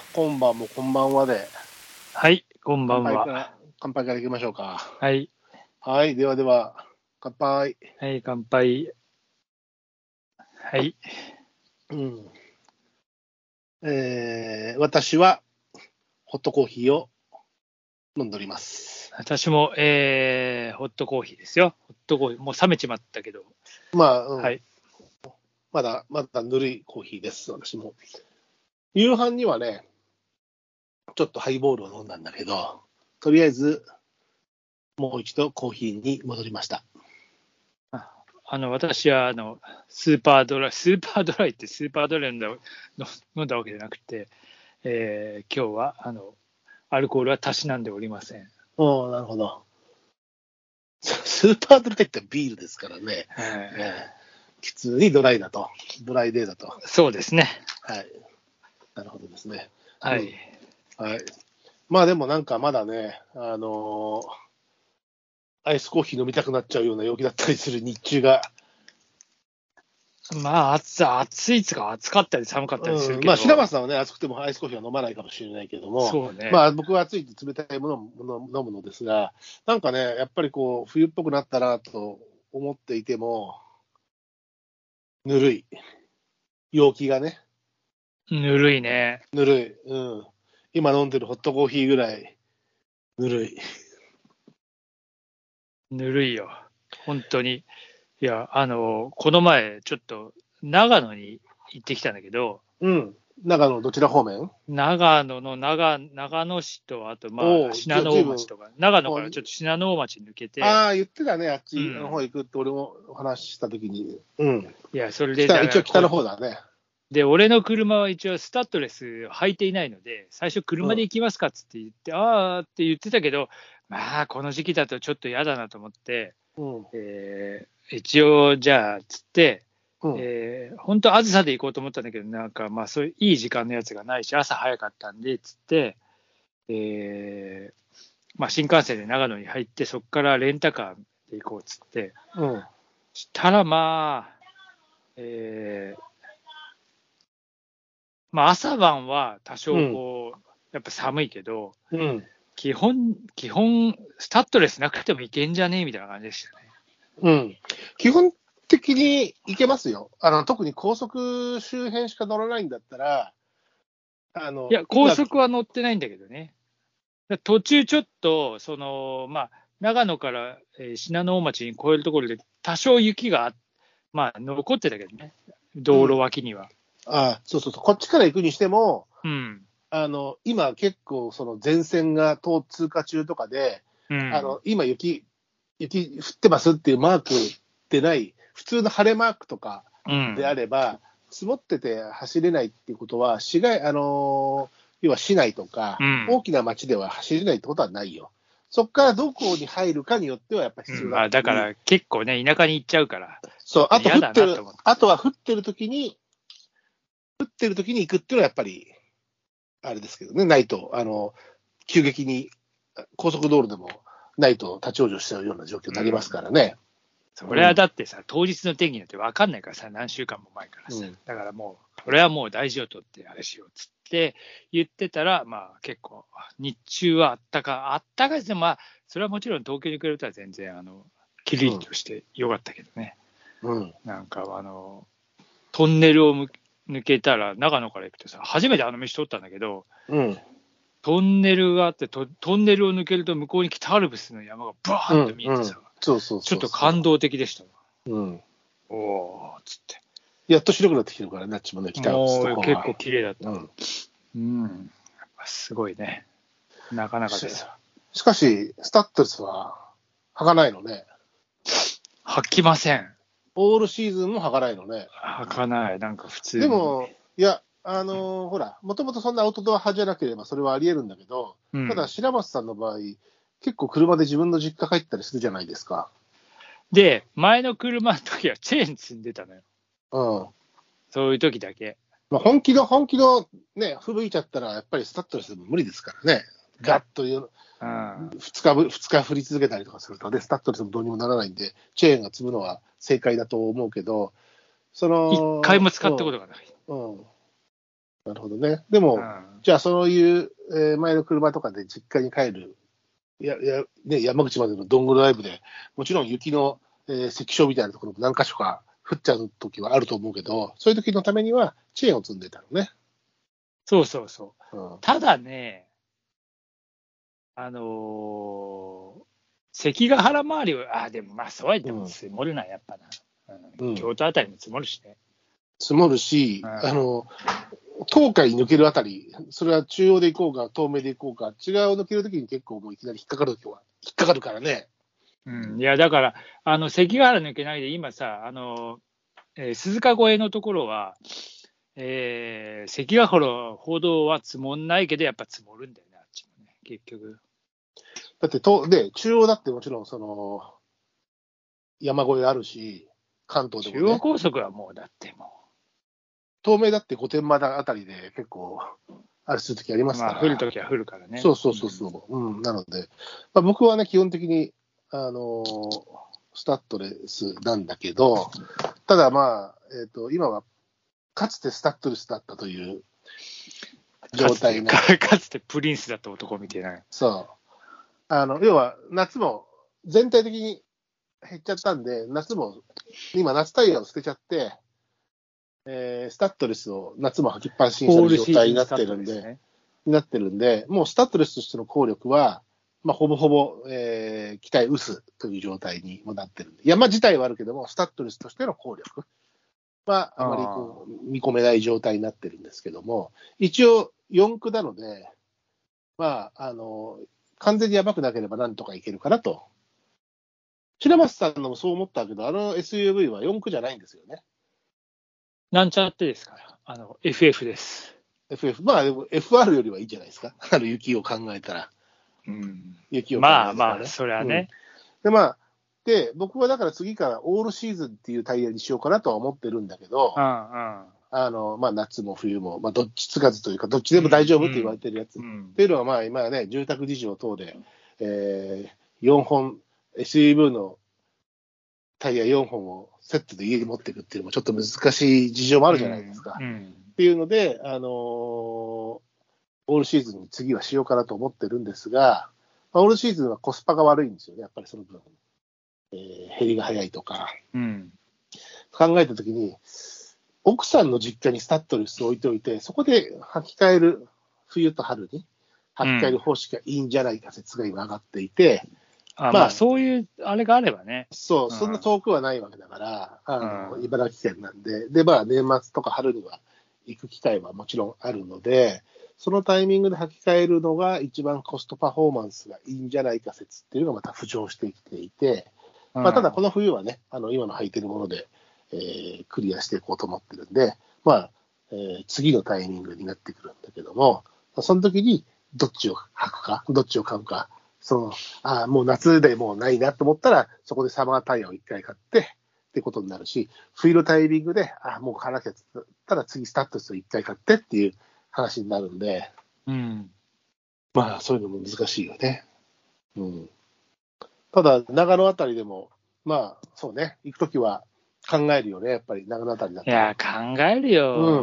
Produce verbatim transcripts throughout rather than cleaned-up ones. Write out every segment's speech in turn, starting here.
今晩もこんばんはで。 はい、こんばん乾杯かは。 ら、乾杯からいきましょうか。 はい、 はい、ではでは、乾杯。 はい、乾杯。はい、 うん。えー、私は、ホットコーヒーを飲んでおります。 私も、えー、ホットコーヒーですよ。ホットコーヒー、もう冷めちまったけど。 まあ、うん。 はい。 まだ、まだぬるいコーヒーです、私も。夕飯にはね、ちょっとハイボールを飲んだんだけど、とりあえず、もう一度コーヒーに戻りました。 ああの、私は、あの、スーパードライ、スーパードライってスーパードライ飲んだ、飲んだわけじゃなくて、えー、今日は、あの、アルコールはたしなんでおりません。 おー、なるほど。スーパードライってビールですからね。 えーね普通にドライだと。ドライデーだと。 そうですね。 はい。なるほどですね。 はい。 うん、はい。まあでもなんかまだね、あのーアイスコーヒー飲みたくなっちゃうような陽気だったりする日中が、 まあ、暑さ、暑いつか暑かったり寒かったりするうん、 けど、 まあ白松さんはね、暑くてもアイスコーヒーは飲まないかもしれないけども、 そうね。 まあ僕は暑いと冷たいものを飲むのですが、なんかね、やっぱりこう、冬っぽくなったなと思っていても、ぬるい。陽気がね、 ぬるいね。 ぬるい。うん。今飲んでるホットコーヒーぐらい、ぬるい。 ぬるいよ。本当に。いや、あの、この前、ちょっと、長野に行ってきたんだけど、 うん。長野どちら方面？ 長野の長長野市と、あと、まあ、 おお、じゃ信濃あ随分、 大町とか、長野もうからちょっと信濃大町に抜けて、 ああ、言ってたね、あっうん。 ちの方行くって俺もお話ししたときに。うん。 いや、それで、 北、 だからこ、 一応北の方だね。 で、俺の車は一応スタッドレス履いていないので、最初うん。 車で行きますかっつって言って、ああって言ってたけど、まあ、この時期だとちょっと嫌だなと思って、 うん。 えー一応、じゃあ、つって、 うん。 えー本当、あずさで行こうと思ったんだけど、なんか、まあ、そういういい時間のやつがないし、朝早かったんで、つって、えーまあ、新幹線で長野に入って、そこからレンタカーで行こうっつって、 うん。 したら、まあ、えーまあ、朝晩は多少うん。 こう、やっぱ寒いけど、 うん。 基本、基本、スタッドレスなくてもいけんじゃねえみたいな感じでしたね。 うん。基本的に行けますよ。あの、特に高速周辺しか乗らないんだったら、あの、 いや、高いくら、 速は乗ってないんだけどね。途中ちょっと、その、まあ、長野から、えー信濃大町に越えるところで、多少雪が、まあ、残ってたけどね、道路うん。 脇には。 ああ、そうそうそう。こっちから行くにしても、 うん、 あの、今結構その前線が通通過中とかで、 うん、 あの、今雪、雪降ってますっていうマークでない、普通の晴れマークとかうん、 であれば、積もってて走れないっていうことは、市街、あのー要は市内とか、 うん、 大きな町では走れないってことはないよ。そこからどこに入るかによってはやっぱりうん。 必要だまあ、 ったり、 だから結構ね、田舎に行っちゃうから、ちょそう、あと降っと嫌ってる、 だなと思って。 あとは降ってる時に、降ってる時に行くっていうのはやっぱり、あれですけどね、ないと、あの、急激に高速道路でもないと立ち往生しちゃうような状況になりますうん。 からね。 それはうん。 だってさ、当日の天気なんて分かんないからさ、何週間も前からさ。 うん。 だからもう、これはもう大事を取ってあれしようっつって言ってたら、まあ結構、日中はあったか、あったかいですね。まあ、それはもちろん東京に比べたら全然、あの、キリリとしてよかったけどね。 うん。 なんか、あの、トンネルを抜けたら、長野から行くとさ、初めてあの道通ったんだけど、 うん。 トンネルがあってト、トンネルを抜けると向こうに北アルプスの山がバーンとうん。うん。 見えてさ、 そうそうちょっそうそと感動的でしたわ。 う。うん。 おーっつって。 やっと白くなってきてるからね、あっちもね、北アルプスのもう方は。 結構綺麗だった。 うん。 うん。やっぱすごいね。なかなかしですわ。 しかし、スタッドレスは履かないのね。 履きません。 オールシーズンも履かないのね。 履かない。なんか普通に。 でも、いや、あのーほら、もともとそんなアウトドア派じゃなければそれはあり得るんだけど、ただ、 うん。 白松さんの場合、結構車で自分の実家帰ったりするじゃないですか。 で、前の車の時はチェーン積んでたのよ。 うん。 そういう時だけ。 まあ、本気の、本気のね、吹雪いちゃったら、やっぱりスタッドレスでも無理ですからね。ガッという、 うん。 ふつかぶ、ふつか降り続けたりとかするとね、スタッドレスもどうにもならないんで、チェーンが積むのは正解だと思うけど、そ一回の、 も使ったことがない。 うん、うん。なるほどね。でうも、 ん。 じゃあそういう、えー前の車とかで実家に帰る、ややね、山口までのドングドライブで、もちろん雪の、えー関所みたいなところも何か所か降っちゃう時はあると思うけど、そういう時のためにはチェーンを積んでたのね。 そうそうそう。 うん、 ただね、あのー関ヶ原周りは、あ、でもまあそうやっても積もるな、やっぱな。うんうん京都あたりも積もるしね。 積もるし、 うんあの、東海抜けるあたり、それは中央で行こうか、東名で行こうか、違う抜けるときに結構もういきなり引っかかるときは、引っかかるからね。 うん、いや、だから、あの関ヶ原抜けないで、今さ、あのえー鈴鹿越えのところは、えー関ヶ原歩道は積もんないけど、やっぱ積もるんだよね、あっちもね、結局。 だってと、で、中央だってもちろん、その、山越えあるし、関東で中央もね、 高速はもうだっても東名だって御殿場あたりで結構、あれするときありまう、 すかまあ、降るら。 ときは降るからね。 そうそうそうそう。うん、なので、まあ、僕はね、基本的に、あのースタッドレスなんだけど、ただまあ、えっ、と、今は、かつてスタッドレスだったという状態な。 かつてかかつてプリンスだった男みたいな。 そう。あの、要は、夏も全体的に減っちゃったんで、夏も、今、夏タイヤを捨てちゃって、えースタッドレスを夏も履きっぱなしにしてる状態になってるんで、 ね。 になってるんで、もうスタッドレスとしての効力は、まあ、ほぼほぼ、えー、機体薄という状態にもなってるんで、山自体はあるけども、スタッドレスとしての効力はあまりこう見込めない状態になってるんですけども、一応よん区なので、まあ、あの、完全にやばくなければなんとかいけるかなと。白松さんのもそう思ったけど、あの エスユーブイ はよん区じゃないんですよね。 なんちゃってですから、あの エフエフ です。 エフエフ。まあでも エフアール よりはいいんじゃないですか。あの雪を考えたら。 うん、 雪を考えたら、ね。 まあまあ、それはね。 うん、で、まあ、で、僕はだから次からオールシーズンっていうタイヤにしようかなとは思ってるんだけど、 うんうん、 あの、まあ夏も冬も、まあどっちつかずというか、どっちでも大丈夫って言われてるやつ。 うんうんっていうのはまあ今はね、住宅事情等で、えー、よんほん、エスユーブイ のタイヤよんほんをセットで家に持っていくっていうのもちょっと難しい事情もあるじゃないですか。 うんうん、 っていうので、あのー、オールシーズンに次はしようかなと思ってるんですが、まあ、オールシーズンはコスパが悪いんですよね、やっぱりその分。えー、減りが早いとか。 うん、 考えたときに、奥さんの実家にスタッドレスを置いておいて、そこで履き替える、冬と春に履き替える方式がいいんじゃないか説が今上がっていて、 あまあ、 まあそういうあれがあればね。 そう、 うん、 そんな遠くはないわけだから、あの、 うん茨城県なんで、で、まあ、年末とか春には行く機会はもちろんあるので、そのタイミングで履き替えるのが一番コストパフォーマンスがいいんじゃないか説っていうのがまた浮上してきていて、まあ、ただこの冬はね、あの、今の履いてるもので、えークリアしていこうと思ってるんで、まあ、えー次のタイミングになってくるんだけども、その時にどっちを履くか、どっちを買うか、その、ああ、もう夏でもうないなと思ったら、そこでサマータイヤを一回買って、ってことになるし、冬のタイミングで、ああ、もう買わなきゃって言ったら次スタッドレスを一回買ってっていう話になるんで、 うん、 まあ、そういうのも難しいよね。うん。ただ、長野あたりでも、まあ、そうね、行くときは考えるよね、やっぱり長野あたりだと。 いや、考えるよ。 うん。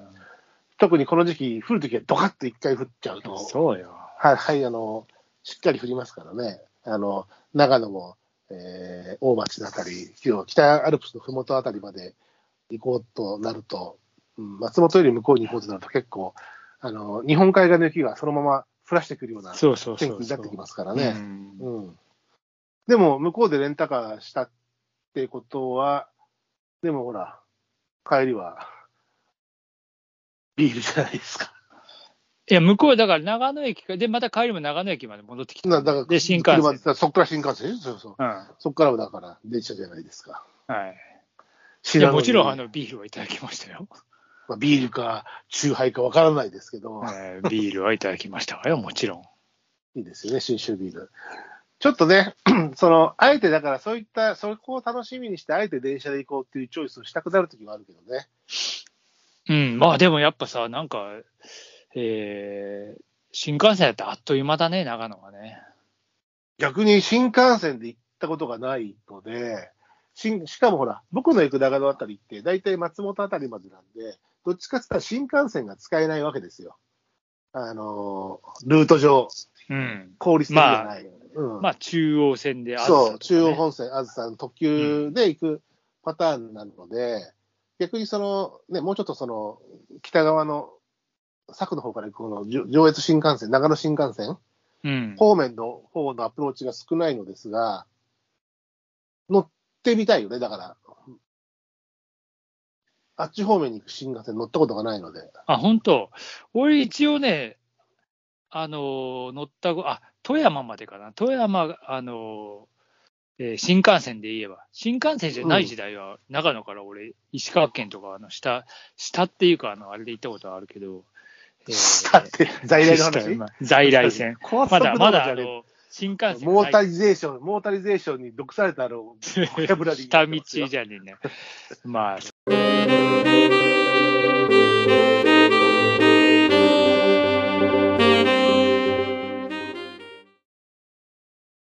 特にこの時期、降るときはドカッと一回降っちゃうと、 そうよ。 はい、はい、あの、しっかり降りますからね。あの、長野も、えー、大町のあたり、今日北アルプスのふもとあたりまで行こうとなると、うん、松本より向こうに行こうとなると結構、あの、日本海側の雪がそのまま降らしてくるようなそうそうそうそう天気になってきますからね。 うんうん。でも、向こうでレンタカーしたってことは、でもほら、帰りはビールじゃないですか。 いや、向こうだから長野駅か、で、また帰りも長野駅まで戻ってきたなだからで、新幹線。 車そこから新幹線そうそう。 うん。はそこからはだから電車じゃないですか。 い。いや、もちろん、あの、ビールはいただきましたよ。 まあ、ビールか、チューハイかわからないですけど、 えービールはいただきましたわよ、もちろん。 いいですよね、信州ビール。ちょっとね、その、あえてだからそういった、そこを楽しみにして、あえて電車で行こうっていうチョイスをしたくなるときもあるけどね。 うん、まあでもやっぱさ、なんか、えー、新幹線だってあっという間だね、長野はね。 逆に新幹線で行ったことがないので、ししかもほら、僕の行く長野あたりって、大体松本あたりまでなんで、どっちかって言ったら新幹線が使えないわけですよ。 あのー、ルート上、 うん。 効率的じゃない。まあ、 うん、まあ、中央線であずさとか、ね、 そう、中央本線、あずさの特急で行くパターンなので、うん、逆にその、ね、もうちょっとその、北側の、佐久の方から行くこの上越新幹線、長野新幹線、うん、方面の方のアプローチが少ないのですが、乗ってみたいよね、だから。あっち方面に行く新幹線乗ったことがないので。 あ、本当。俺一応ね、あの、乗ったご、あ、富山までかな。富山、あの、えー、新幹線で言えば、新幹線じゃない時代は、うん、長野から俺、石川県とか、あの、下、下っていうか、あの、あれで行ったことあるけど、 えー、下って、在来の話、 まあ、在来線。まだ、まだ、あの、新幹線。 モータリゼーション、モータリゼーションに毒されたの、ボキャブラリー。 下道じゃねえね。まあ。